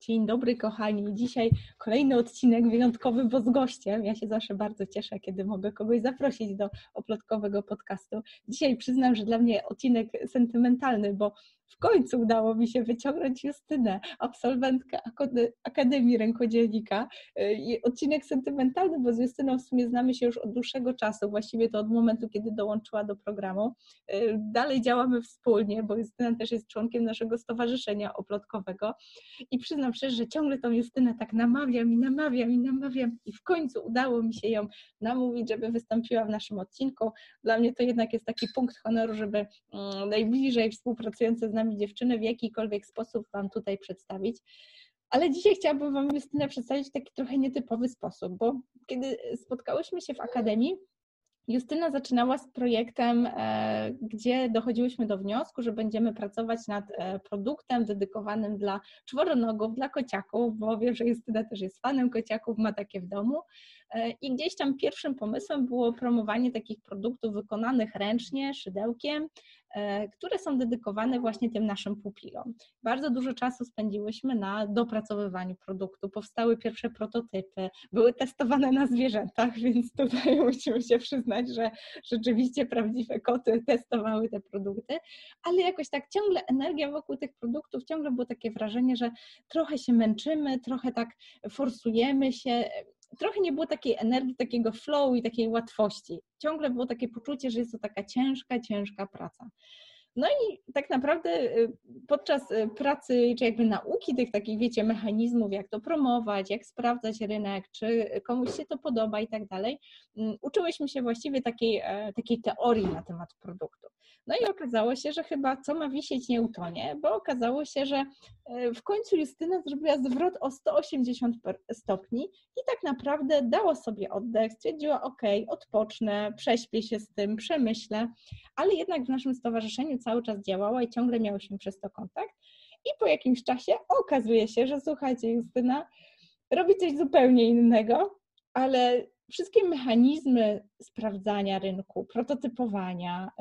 Dzień dobry kochani, dzisiaj kolejny odcinek wyjątkowy, bo z gościem. Ja się zawsze bardzo cieszę, kiedy mogę kogoś zaprosić do oplotkowego podcastu. Dzisiaj przyznam, że dla mnie odcinek sentymentalny, bo w końcu udało mi się wyciągnąć Justynę, absolwentkę Akademii Rękodzielnika. Odcinek sentymentalny, bo z Justyną w sumie znamy się już od dłuższego czasu, właściwie to od momentu, kiedy dołączyła do programu. Dalej działamy wspólnie, bo Justyna też jest członkiem naszego stowarzyszenia oplotkowego i przyznam szczerze, że ciągle tą Justynę tak namawiam i w końcu udało mi się ją namówić, żeby wystąpiła w naszym odcinku. Dla mnie to jednak jest taki punkt honoru, żeby najbliżej współpracujące z nami dziewczyny w jakikolwiek sposób Wam tutaj przedstawić. Ale dzisiaj chciałabym Wam Justynę przedstawić w taki trochę nietypowy sposób, bo kiedy spotkałyśmy się w Akademii, Justyna zaczynała z projektem, gdzie dochodziłyśmy do wniosku, że będziemy pracować nad produktem dedykowanym dla czworonogów, dla kociaków, bo wiem, że Justyna też jest fanem kociaków, ma takie w domu. I gdzieś tam pierwszym pomysłem było promowanie takich produktów wykonanych ręcznie, szydełkiem, które są dedykowane właśnie tym naszym pupilom. Bardzo dużo czasu spędziłyśmy na dopracowywaniu produktu, powstały pierwsze prototypy, były testowane na zwierzętach, więc tutaj musimy się przyznać, że rzeczywiście prawdziwe koty testowały te produkty, ale jakoś tak ciągle energia wokół tych produktów, ciągle było takie wrażenie, że trochę się męczymy, trochę tak forsujemy się, trochę nie było takiej energii, takiego flow i takiej łatwości. Ciągle było takie poczucie, że jest to taka ciężka praca. No i tak naprawdę podczas pracy, czy jakby nauki tych takich, wiecie, mechanizmów, jak to promować, jak sprawdzać rynek, czy komuś się to podoba i tak dalej, uczyłyśmy się właściwie takiej teorii na temat produktu. No i okazało się, że chyba co ma wisieć nie utonie, bo okazało się, że w końcu Justyna zrobiła zwrot o 180 stopni i tak naprawdę dała sobie oddech, stwierdziła odpocznę, prześpię się z tym, przemyślę, ale jednak w naszym stowarzyszeniu cały czas działała i ciągle miałyśmy przez to kontakt i po jakimś czasie okazuje się, że słuchajcie, Justyna robi coś zupełnie innego, ale wszystkie mechanizmy sprawdzania rynku, prototypowania,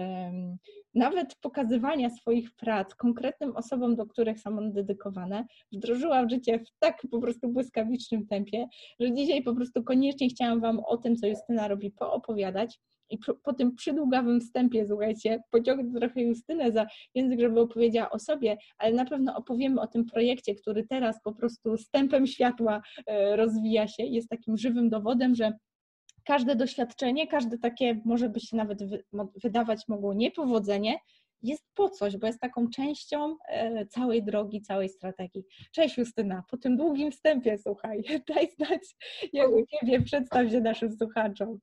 nawet pokazywania swoich prac konkretnym osobom, do których są one dedykowane, wdrożyła w życie w tak po prostu błyskawicznym tempie, że dzisiaj po prostu koniecznie chciałam Wam o tym, co Justyna robi, poopowiadać. I po tym przydługawym wstępie, słuchajcie, pociągnę trochę Justynę za język, żeby opowiedziała o sobie, ale na pewno opowiemy o tym projekcie, który teraz po prostu z tempem światła rozwija się, jest takim żywym dowodem, że każde doświadczenie, każde takie, może by się nawet wydawać mogło niepowodzenie, jest po coś, bo jest taką częścią całej drogi, całej strategii. Cześć Justyna, po tym długim wstępie, słuchaj, daj znać, jak u Ciebie, przedstaw się naszym słuchaczom.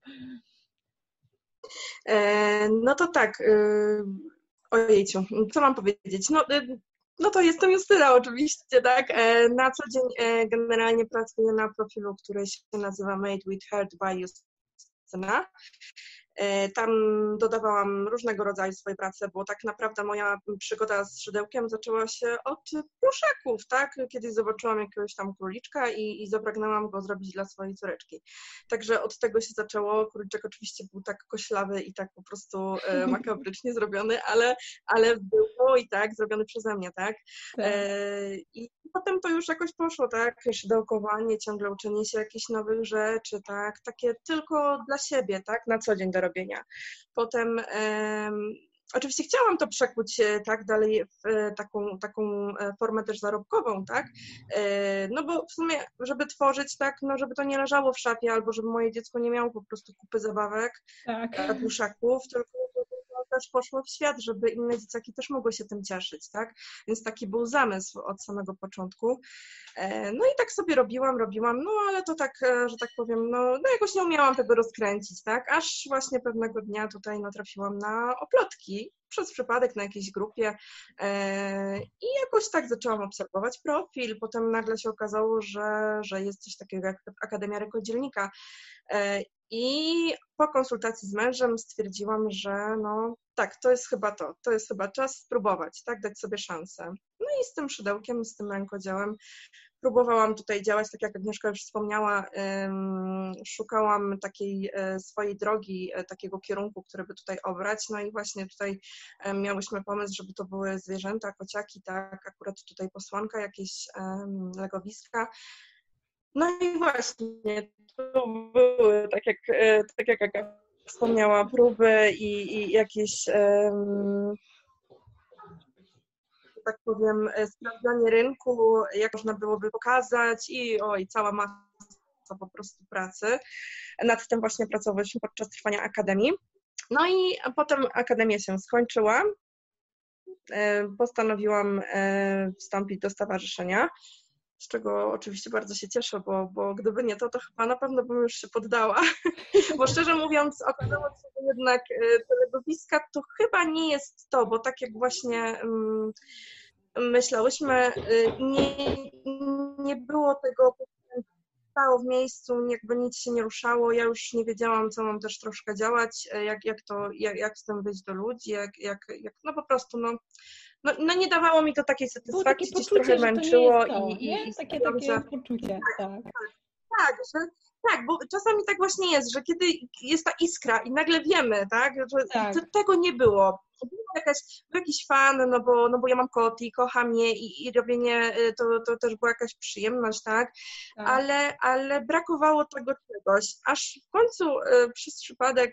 No to tak, ojejciu, co mam powiedzieć? No to jestem Justyna oczywiście, tak? Na co dzień generalnie pracuję na profilu, który się nazywa Made with Heart by Justyna. Tam dodawałam różnego rodzaju swoje prace, bo tak naprawdę moja przygoda z szydełkiem zaczęła się od pluszaków, tak? Kiedyś zobaczyłam jakiegoś tam króliczka i zapragnęłam go zrobić dla swojej córeczki. Także od tego się zaczęło. Króliczek oczywiście był tak koślawy i tak po prostu makabrycznie zrobiony, ale był i tak zrobiony przeze mnie, tak? I potem to już jakoś poszło, tak? Szydełkowanie, ciągle uczenie się jakichś nowych rzeczy, tak? Takie tylko dla siebie, tak? Na co dzień do robienia. Potem oczywiście chciałam to przekuć tak dalej w taką formę też zarobkową, tak? No bo w sumie, żeby tworzyć tak, no żeby to nie leżało w szafie albo żeby moje dziecko nie miało po prostu kupy zabawek, pluszaków, tylko też poszło w świat, żeby inne dzieciaki też mogły się tym cieszyć, tak? Więc taki był zamysł od samego początku. No i tak sobie robiłam, no ale to tak, że tak powiem, no jakoś nie umiałam tego rozkręcić, tak? Aż właśnie pewnego dnia tutaj natrafiłam na oplotki przez przypadek na jakiejś grupie i jakoś tak zaczęłam obserwować profil, potem nagle się okazało, że jest coś takiego jak Akademia Rękodzielnika. I po konsultacji z mężem stwierdziłam, że no tak, to jest chyba czas spróbować, tak, dać sobie szansę. No i z tym szydełkiem, z tym rękodziełem próbowałam tutaj działać, tak jak Agnieszka już wspomniała, szukałam takiej swojej drogi, takiego kierunku, który by tutaj obrać, no i właśnie tutaj miałyśmy pomysł, żeby to były zwierzęta, kociaki, tak, akurat tutaj posłanka, jakieś legowiska. No i właśnie, to były, tak jak Aga wspomniała, próby i jakieś tak powiem, sprawdzanie rynku, jak można byłoby pokazać i cała masa po prostu pracy. Nad tym właśnie pracowałyśmy podczas trwania akademii. No i potem akademia się skończyła. Postanowiłam wstąpić do stowarzyszenia, z czego oczywiście bardzo się cieszę, bo gdyby nie to chyba na pewno bym już się poddała. Bo szczerze mówiąc, okazało się, że jednak te legowiska to chyba nie jest to, bo tak jak właśnie myślałyśmy, nie było tego, stało w miejscu, jakby nic się nie ruszało, ja już nie wiedziałam, co mam też troszkę działać, jak z tym wyjść do ludzi, no po prostu, no nie dawało mi to takiej satysfakcji, gdzieś trochę męczyło i takie poczucie, tak. Tak, bo czasami tak właśnie jest, że kiedy jest ta iskra i nagle wiemy, tak, że tego nie było. Był jakiś fan, no bo ja mam kot i kocham je i robienie to też była jakaś przyjemność, tak? Ale brakowało tego czegoś, aż w końcu przez przypadek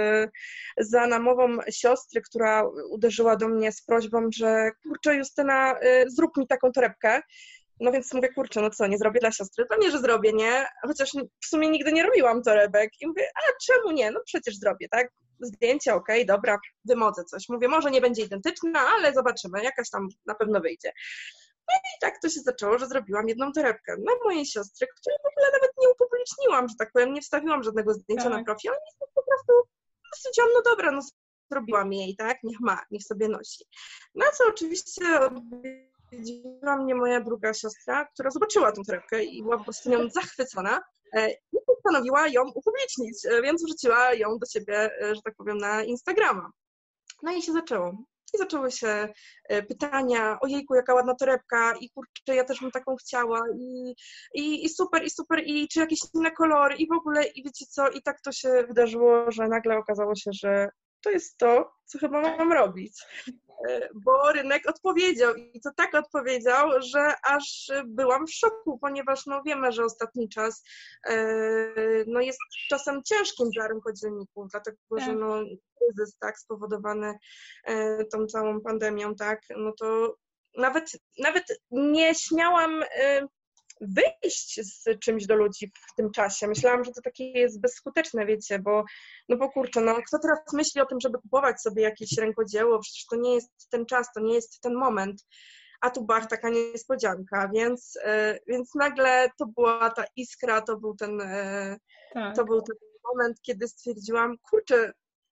za namową siostry, która uderzyła do mnie z prośbą, że kurczę Justyna, zrób mi taką torebkę. No więc mówię, kurczę, no co, nie zrobię dla siostry? Pewnie, że zrobię, nie? Chociaż w sumie nigdy nie robiłam torebek. I mówię, a czemu nie? No przecież zrobię, tak? Zdjęcie, okej, dobra, wymodzę coś. Mówię, może nie będzie identyczna, ale zobaczymy, jakaś tam na pewno wyjdzie. No i tak to się zaczęło, że zrobiłam jedną torebkę na mojej siostry, której w ogóle nawet nie upubliczniłam, że tak powiem, nie wstawiłam żadnego zdjęcia na profil, ale po prostu stwierdziłam, no dobra, no zrobiłam jej, tak? Niech sobie nosi. No co oczywiście odwiedziła mnie moja druga siostra, która zobaczyła tę torebkę i była po prostu nią zachwycona i postanowiła ją upublicznić, więc wrzuciła ją do siebie, że tak powiem, na Instagrama. No i się zaczęło. I zaczęły się pytania, ojejku, jaka ładna torebka i kurczę, ja też bym taką chciała i super, i czy jakieś inne kolory i w ogóle, i wiecie co, i tak to się wydarzyło, że nagle okazało się, że to jest to, co chyba mam robić. Bo rynek odpowiedział i to tak odpowiedział, że aż byłam w szoku, ponieważ no wiemy, że ostatni czas no jest czasem ciężkim dla rynkodzielników, dlatego że no kryzys, tak, spowodowany tą całą pandemią, tak, no to nawet nie śmiałam wyjść z czymś do ludzi w tym czasie. Myślałam, że to takie jest bezskuteczne, wiecie, bo kurczę, no kto teraz myśli o tym, żeby kupować sobie jakieś rękodzieło, przecież to nie jest ten czas, to nie jest ten moment, a tu bach, taka niespodzianka, więc nagle to była ta iskra, to był ten moment, kiedy stwierdziłam, kurczę,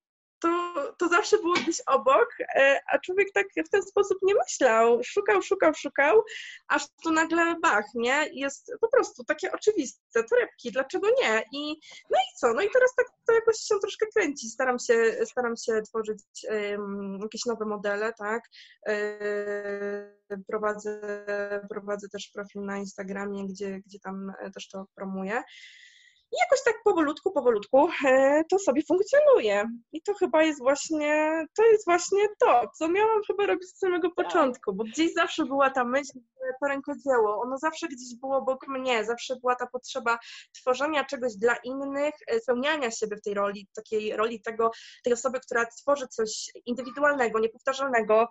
to zawsze było gdzieś obok, a człowiek tak w ten sposób nie myślał. Szukał, aż tu nagle bach, nie? Jest po prostu takie oczywiste, torebki, dlaczego nie? No i co? No i teraz tak to jakoś się troszkę kręci. Staram się tworzyć jakieś nowe modele, tak? Prowadzę też profil na Instagramie, gdzie tam też to promuję. I jakoś tak powolutku to sobie funkcjonuje. I to chyba jest właśnie to, co miałam chyba robić z samego początku, bo gdzieś zawsze była ta myśl, że to rękodzieło, ono zawsze gdzieś było obok mnie, zawsze była ta potrzeba tworzenia czegoś dla innych, spełniania siebie w tej roli, takiej roli tej osoby, która tworzy coś indywidualnego, niepowtarzalnego,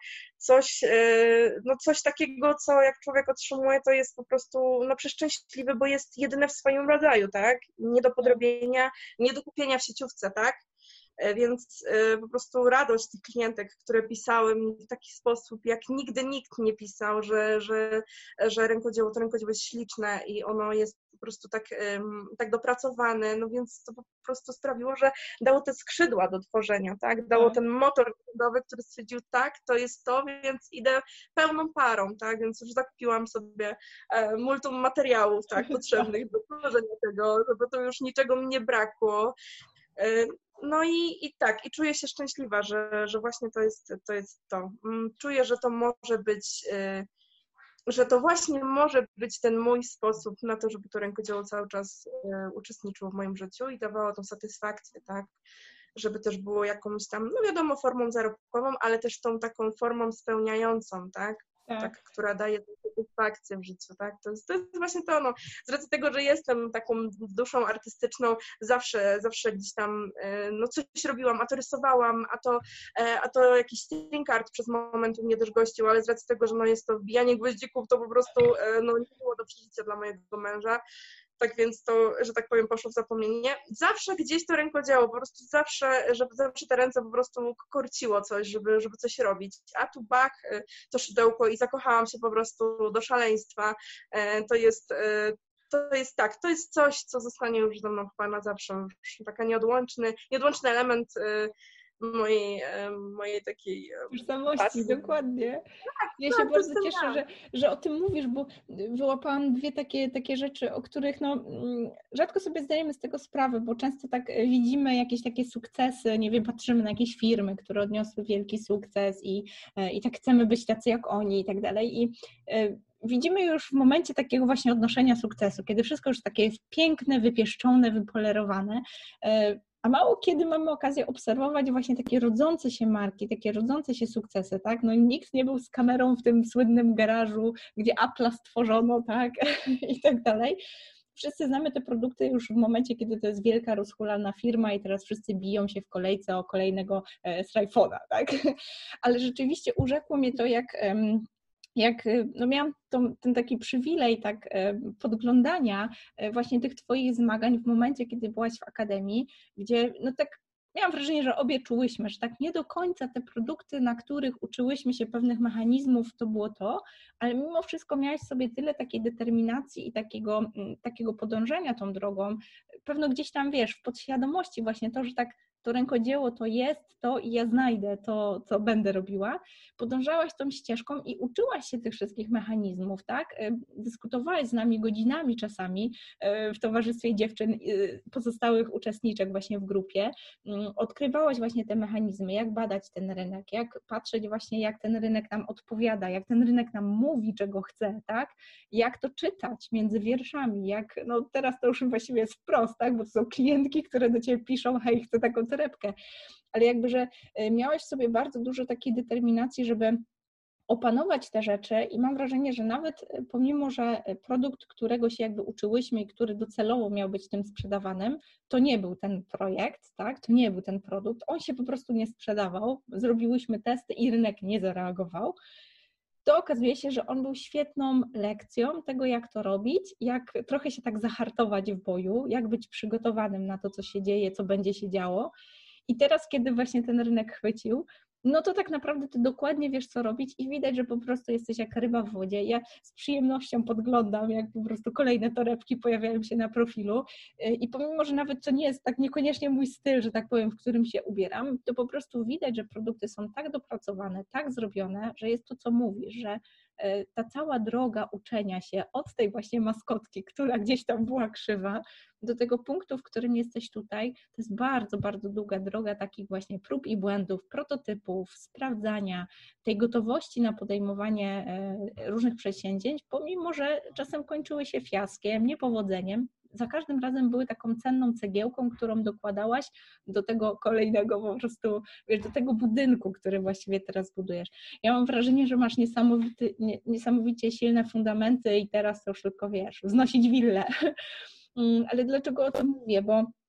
coś takiego, co jak człowiek otrzymuje, to jest po prostu przeszczęśliwy, bo jest jedyne w swoim rodzaju, tak? Nie do podrobienia, nie do kupienia w sieciówce, tak? Więc po prostu radość tych klientek, które pisały mi w taki sposób, jak nigdy nikt nie pisał, że rękodzieło jest śliczne i ono jest po prostu tak dopracowane, no więc to po prostu sprawiło, że dało te skrzydła do tworzenia, tak? Dało ten motor napędowy, który stwierdził, tak, to jest to, więc idę pełną parą, tak? Więc już zakupiłam sobie multum materiałów, tak, potrzebnych do tworzenia tego, żeby to już niczego mi nie brakło. No i tak, i czuję się szczęśliwa, że właśnie to jest to. Czuję, że to może być że to właśnie może być ten mój sposób na to, żeby to rękodzieło cały czas uczestniczyło w moim życiu i dawało tą satysfakcję, tak? Żeby też było jakąś tam, no wiadomo, formą zarobkową, ale też tą taką formą spełniającą, tak? Tak, która daje satysfakcję w życiu, tak? To jest właśnie to, no, z racji tego, że jestem taką duszą artystyczną, zawsze gdzieś tam, no coś robiłam, a to rysowałam, a to jakiś string art przez moment u mnie też gościł, ale z racji tego, że no jest to wbijanie gwoździków, to po prostu, no nie było do przeżycia dla mojego męża. Tak więc to, że tak powiem, poszło w zapomnienie. Zawsze gdzieś to rękodzieło, po prostu żeby zawsze te ręce po prostu korciło coś, żeby coś robić. A tu bach, to szydełko i zakochałam się po prostu do szaleństwa. To jest tak, to jest coś, co zostanie już ze mną chyba na zawsze. Już taka nieodłączny element mojej takiej tożsamości, pasji. dokładnie. Ja się bardzo cieszę, że o tym mówisz, bo wyłapałam dwie takie rzeczy, o których no, rzadko sobie zdajemy z tego sprawę, bo często tak widzimy jakieś takie sukcesy, nie wiem, patrzymy na jakieś firmy, które odniosły wielki sukces i tak chcemy być tacy jak oni i tak dalej. I widzimy już w momencie takiego właśnie odnoszenia sukcesu, kiedy wszystko już takie jest piękne, wypieszczone, wypolerowane, a mało kiedy mamy okazję obserwować właśnie takie rodzące się marki, takie rodzące się sukcesy, tak? No nikt nie był z kamerą w tym słynnym garażu, gdzie Apple'a stworzono, tak? I tak dalej. Wszyscy znamy te produkty już w momencie, kiedy to jest wielka, rozhulana firma i teraz wszyscy biją się w kolejce o kolejnego iPhone'a, tak? Ale rzeczywiście urzekło mnie to, jak no miałam ten taki przywilej tak podglądania właśnie tych Twoich zmagań w momencie, kiedy byłaś w akademii, gdzie no tak miałam wrażenie, że obie czułyśmy, że tak nie do końca te produkty, na których uczyłyśmy się pewnych mechanizmów, to było to, ale mimo wszystko miałaś sobie tyle takiej determinacji i takiego podążania tą drogą, pewno gdzieś tam wiesz, w podświadomości właśnie to, że tak to rękodzieło to jest to i ja znajdę to, co będę robiła. Podążałaś tą ścieżką i uczyłaś się tych wszystkich mechanizmów, tak? Dyskutowałaś z nami godzinami czasami w towarzystwie dziewczyn, pozostałych uczestniczek właśnie w grupie. Odkrywałaś właśnie te mechanizmy, jak badać ten rynek, jak patrzeć właśnie, jak ten rynek nam odpowiada, jak ten rynek nam mówi, czego chce, tak? Jak to czytać między wierszami, jak, no teraz to już właściwie jest wprost, tak? Bo to są klientki, które do Ciebie piszą, hej, chcę taką torebkę, ale jakby, że miałaś sobie bardzo dużo takiej determinacji, żeby opanować te rzeczy i mam wrażenie, że nawet pomimo, że produkt, którego się jakby uczyłyśmy i który docelowo miał być tym sprzedawanym, to nie był ten projekt, tak? To nie był ten produkt, on się po prostu nie sprzedawał, zrobiłyśmy testy i rynek nie zareagował, to okazuje się, że on był świetną lekcją tego, jak to robić, jak trochę się tak zahartować w boju, jak być przygotowanym na to, co się dzieje, co będzie się działo. I teraz, kiedy właśnie ten rynek chwycił, no to tak naprawdę ty dokładnie wiesz, co robić i widać, że po prostu jesteś jak ryba w wodzie. Ja z przyjemnością podglądam, jak po prostu kolejne torebki pojawiają się na profilu i pomimo, że nawet to nie jest tak niekoniecznie mój styl, że tak powiem, w którym się ubieram, to po prostu widać, że produkty są tak dopracowane, tak zrobione, że jest to, co mówisz, że ta cała droga uczenia się od tej właśnie maskotki, która gdzieś tam była krzywa, do tego punktu, w którym jesteś tutaj, to jest bardzo, bardzo długa droga takich właśnie prób i błędów, prototypów, sprawdzania, tej gotowości na podejmowanie różnych przedsięwzięć, pomimo, że czasem kończyły się fiaskiem, niepowodzeniem, za każdym razem były taką cenną cegiełką, którą dokładałaś do tego kolejnego po prostu, wiesz, do tego budynku, który właściwie teraz budujesz. Ja mam wrażenie, że masz niesamowicie silne fundamenty i teraz to już tylko, wiesz, wznosić willę. Ale dlaczego o tym mówię?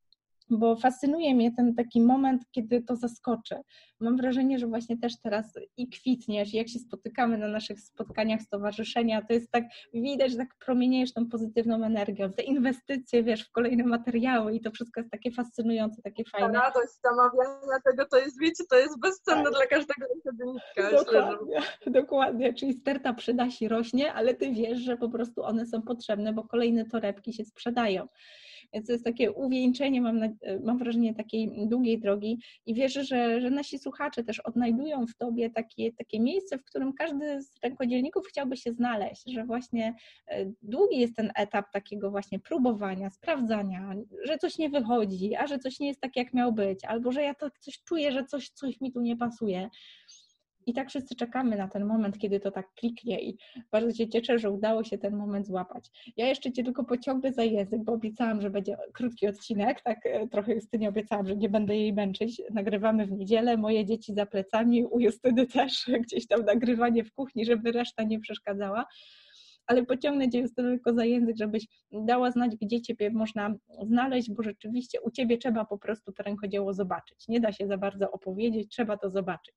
Bo fascynuje mnie ten taki moment, kiedy to zaskoczy. Mam wrażenie, że właśnie też teraz i kwitniesz, jak się spotykamy na naszych spotkaniach stowarzyszenia, to jest tak, widać, że tak promieniejesz tą pozytywną energią, te inwestycje, wiesz, w kolejne materiały i to wszystko jest takie fascynujące, takie fajne. Ta radość zamawiania tego, to jest, wiecie, to jest bezcenne dla każdego akademika. Dokładnie, czyli sterta przyda się, rośnie, ale ty wiesz, że po prostu one są potrzebne, bo kolejne torebki się sprzedają. Więc to jest takie uwieńczenie, mam wrażenie, takiej długiej drogi i wierzę, że nasi słuchacze też odnajdują w Tobie takie miejsce, w którym każdy z rękodzielników chciałby się znaleźć, że właśnie długi jest ten etap takiego właśnie próbowania, sprawdzania, że coś nie wychodzi, a że coś nie jest tak, jak miał być, albo że ja to coś czuję, że coś mi tu nie pasuje. I tak wszyscy czekamy na ten moment, kiedy to tak kliknie i bardzo się cieszę, że udało się ten moment złapać. Ja jeszcze Cię tylko pociągnę za język, bo obiecałam, że będzie krótki odcinek, tak trochę Justynie obiecałam, że nie będę jej męczyć. Nagrywamy w niedzielę, moje dzieci za plecami, u Justyny też gdzieś tam nagrywanie w kuchni, żeby reszta nie przeszkadzała. Ale pociągnę Cię Justyno tylko za język, żebyś dała znać, gdzie Ciebie można znaleźć, bo rzeczywiście u Ciebie trzeba po prostu to rękodzieło zobaczyć. Nie da się za bardzo opowiedzieć, trzeba to zobaczyć.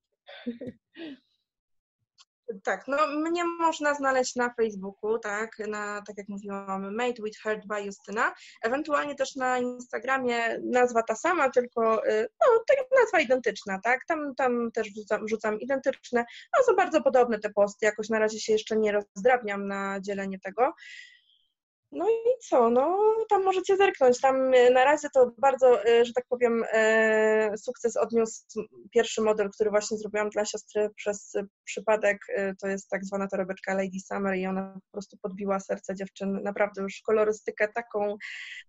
Tak, no mnie można znaleźć na Facebooku, tak, tak jak mówiłam, Made with Heart by Justyna, ewentualnie też na Instagramie nazwa ta sama, tylko no, tak, nazwa identyczna, tak, tam też wrzucam identyczne, no są bardzo podobne te posty, jakoś na razie się jeszcze nie rozdrabniam na dzielenie tego. No i co, no tam możecie zerknąć, tam na razie to bardzo, że tak powiem, sukces odniósł pierwszy model, który właśnie zrobiłam dla siostry przez przypadek, to jest tak zwana torebeczka Lady Summer i ona po prostu podbiła serce dziewczyn, naprawdę już kolorystykę taką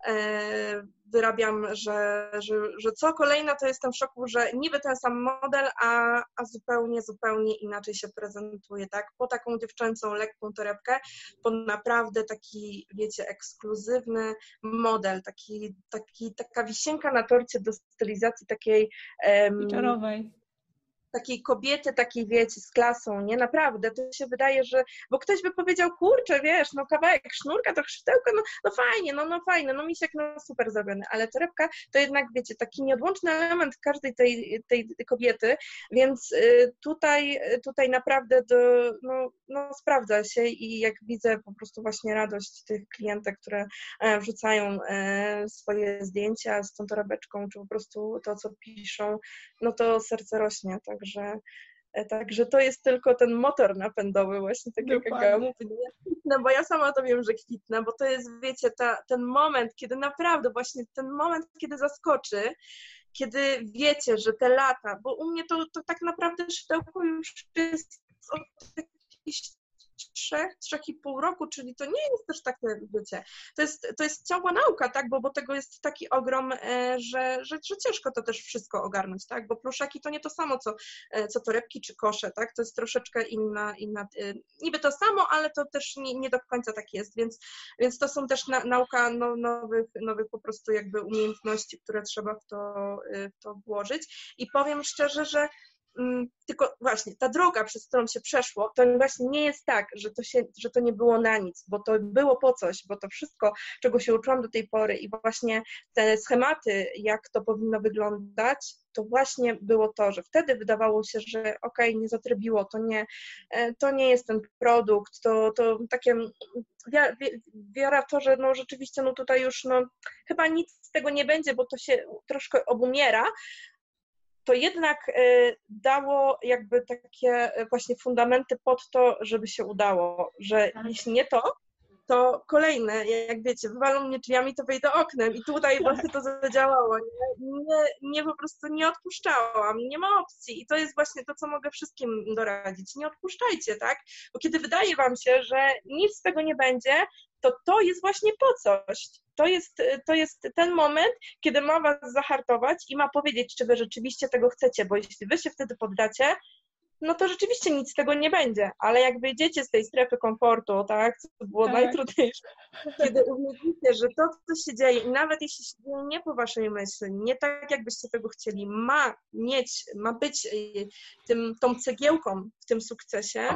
wyrabiam, że co kolejna to jestem w szoku, że niby ten sam model, a zupełnie inaczej się prezentuje, tak, po taką dziewczęcą, lekką torebkę, po naprawdę taki, wiecie, ekskluzywny model, taka wisienka na torcie do stylizacji takiej czarowej. Takiej kobiety, takiej wiecie, z klasą, nie? Naprawdę, to się wydaje, że, bo ktoś by powiedział, kurczę, wiesz, no kawałek sznurka, to szydełko, no fajnie, no fajne, no misiek, no super zrobiony, ale torebka to jednak, wiecie, taki nieodłączny element każdej tej kobiety, więc tutaj naprawdę no sprawdza się i jak widzę po prostu właśnie radość tych klientek, które wrzucają swoje zdjęcia z tą torebeczką, czy po prostu to, co piszą, no to serce rośnie, Także to jest tylko ten motor napędowy właśnie, tak jak Aga mówi, no bo ja sama to wiem, że kwitnę, bo to jest, wiecie, ten moment, kiedy naprawdę właśnie ten moment, kiedy zaskoczy, kiedy wiecie, że te lata, bo u mnie to tak naprawdę szydełko już jest od jakichś 3,5 roku, czyli to nie jest też takie, wiecie, to jest ciągła nauka, tak, bo tego jest taki ogrom, że ciężko to też wszystko ogarnąć, tak, bo pluszaki to nie to samo, co torebki czy kosze, tak, to jest troszeczkę inna niby to samo, ale to też nie do końca tak jest, więc to są też nauka nowych po prostu jakby umiejętności, które trzeba w to włożyć i powiem szczerze, że tylko właśnie ta droga, przez którą się przeszło, to właśnie nie jest tak, że to nie było na nic, bo to było po coś, bo to wszystko, czego się uczyłam do tej pory i właśnie te schematy, jak to powinno wyglądać, to właśnie było to, że wtedy wydawało się, że okej, nie zatrybiło, to nie jest ten produkt, to takie wiara w to, że no rzeczywiście no tutaj już no chyba nic z tego nie będzie, bo to się troszkę obumiera, to jednak dało jakby takie właśnie fundamenty pod to, żeby się udało, że jeśli nie to kolejne, jak wiecie, wywalą mnie drzwiami, to wejdę oknem i tutaj właśnie to zadziałało. Nie po prostu nie odpuszczałam, nie ma opcji i to jest właśnie to, co mogę wszystkim doradzić. Nie odpuszczajcie, tak? Bo kiedy wydaje wam się, że nic z tego nie będzie, to jest właśnie po coś. To jest ten moment, kiedy ma was zahartować i ma powiedzieć, czy wy rzeczywiście tego chcecie, bo jeśli wy się wtedy poddacie, no to rzeczywiście nic z tego nie będzie, ale jak wyjdziecie z tej strefy komfortu, tak, co było najtrudniejsze, kiedy uwierzycie, że to, co się dzieje i nawet jeśli się dzieje nie po waszej myśli, nie tak, jakbyście tego chcieli, ma być tą cegiełką w tym sukcesie,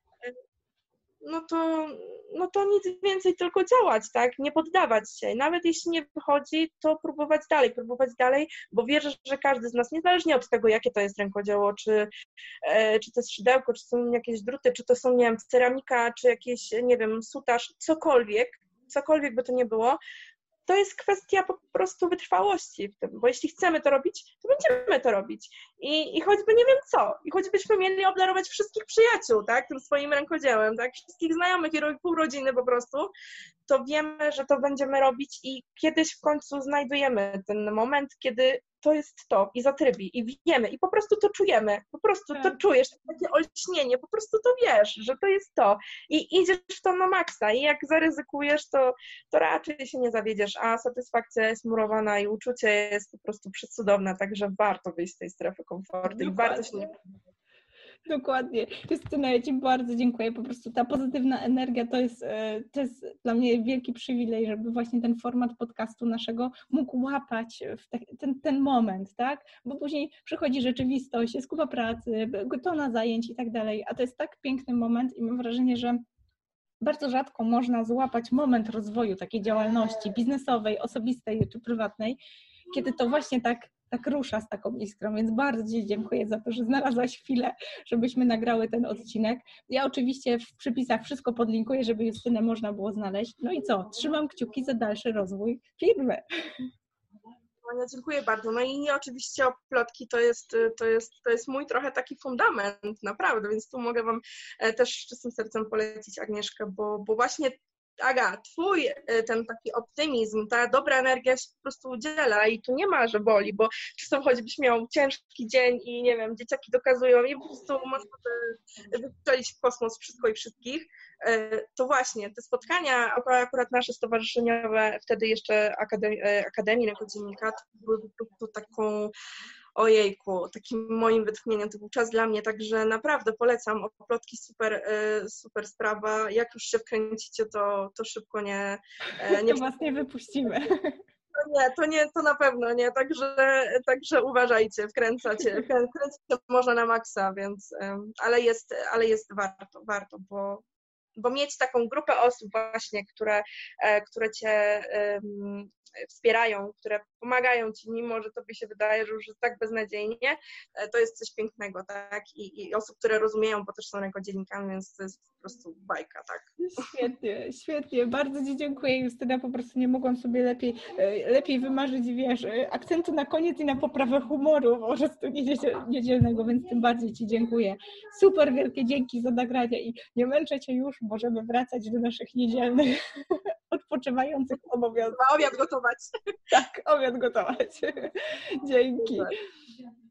no to nic więcej, tylko działać, tak? Nie poddawać się. Nawet jeśli nie wychodzi, to próbować dalej, bo wierzę, że każdy z nas, niezależnie od tego, jakie to jest rękodzieło, czy to jest szydełko, czy są jakieś druty, czy to są, nie wiem, ceramika, czy jakieś, nie wiem, sutaż, cokolwiek by to nie było, to jest kwestia po prostu wytrwałości w tym, bo jeśli chcemy to robić, to będziemy to robić. I choćby nie wiem co, i choćbyśmy mieli obdarować wszystkich przyjaciół, tak, tym swoim rękodziełem, tak, wszystkich znajomych i pół rodziny po prostu, to wiemy, że to będziemy robić i kiedyś w końcu znajdujemy ten moment, kiedy to jest to i zatrybi i wiemy i po prostu to czujemy, po prostu to czujesz, takie olśnienie, po prostu to wiesz, że to jest to i idziesz w to na maksa i jak zaryzykujesz, to raczej się nie zawiedziesz, a satysfakcja jest murowana i uczucie jest po prostu przecudowne, także warto wyjść z tej strefy komfortu i warto się nie... Dokładnie. Justyna, ja Ci bardzo dziękuję. Po prostu ta pozytywna energia to jest dla mnie wielki przywilej, żeby właśnie ten format podcastu naszego mógł łapać w ten moment, tak? Bo później przychodzi rzeczywistość, jest kupa pracy, tona zajęć i tak dalej, a to jest tak piękny moment i mam wrażenie, że bardzo rzadko można złapać moment rozwoju takiej działalności biznesowej, osobistej czy prywatnej, kiedy to właśnie tak rusza z taką iskrą, więc bardzo Ci dziękuję za to, że znalazłaś chwilę, żebyśmy nagrały ten odcinek. Ja oczywiście w przypisach wszystko podlinkuję, żeby Justynę można było znaleźć. No i co? Trzymam kciuki za dalszy rozwój firmy. No, dziękuję bardzo. No i oczywiście Oplotki to jest mój trochę taki fundament, naprawdę, więc tu mogę Wam też z czystym sercem polecić Agnieszkę, bo właśnie Aga, twój ten taki optymizm, ta dobra energia się po prostu udziela i tu nie ma, że boli, bo czasem choćbyś miał ciężki dzień i nie wiem, dzieciaki dokazują i po prostu można wystrzelić w kosmos wszystko i wszystkich, to właśnie te spotkania, akurat nasze stowarzyszeniowe, wtedy jeszcze Akademii Rękodziennika, to były po prostu taką ojejku, takim moim wytchnieniem, to był czas dla mnie, także naprawdę polecam, Oplotki super sprawa, jak już się wkręcicie, to szybko nie to was nie wypuścimy. To na pewno nie, także uważajcie, wkręcacie można na maksa, więc, ale jest warto, bo mieć taką grupę osób właśnie, które Cię wspierają, które pomagają Ci, mimo że Tobie się wydaje, że już jest tak beznadziejnie, to jest coś pięknego, tak? I osób, które rozumieją, bo też są rękodziennikami, więc to jest po prostu bajka, tak? Świetnie. Bardzo Ci dziękuję, Justyna, po prostu nie mogłam sobie lepiej wymarzyć, wiesz, akcentu na koniec i na poprawę humoru po prostu niedzielnego, więc tym bardziej Ci dziękuję. Super wielkie dzięki za nagranie i nie męczę Cię już, możemy wracać do naszych niedzielnych, odpoczywających obowiązków. Obiad gotować. Tak, obiad gotować. Dzięki.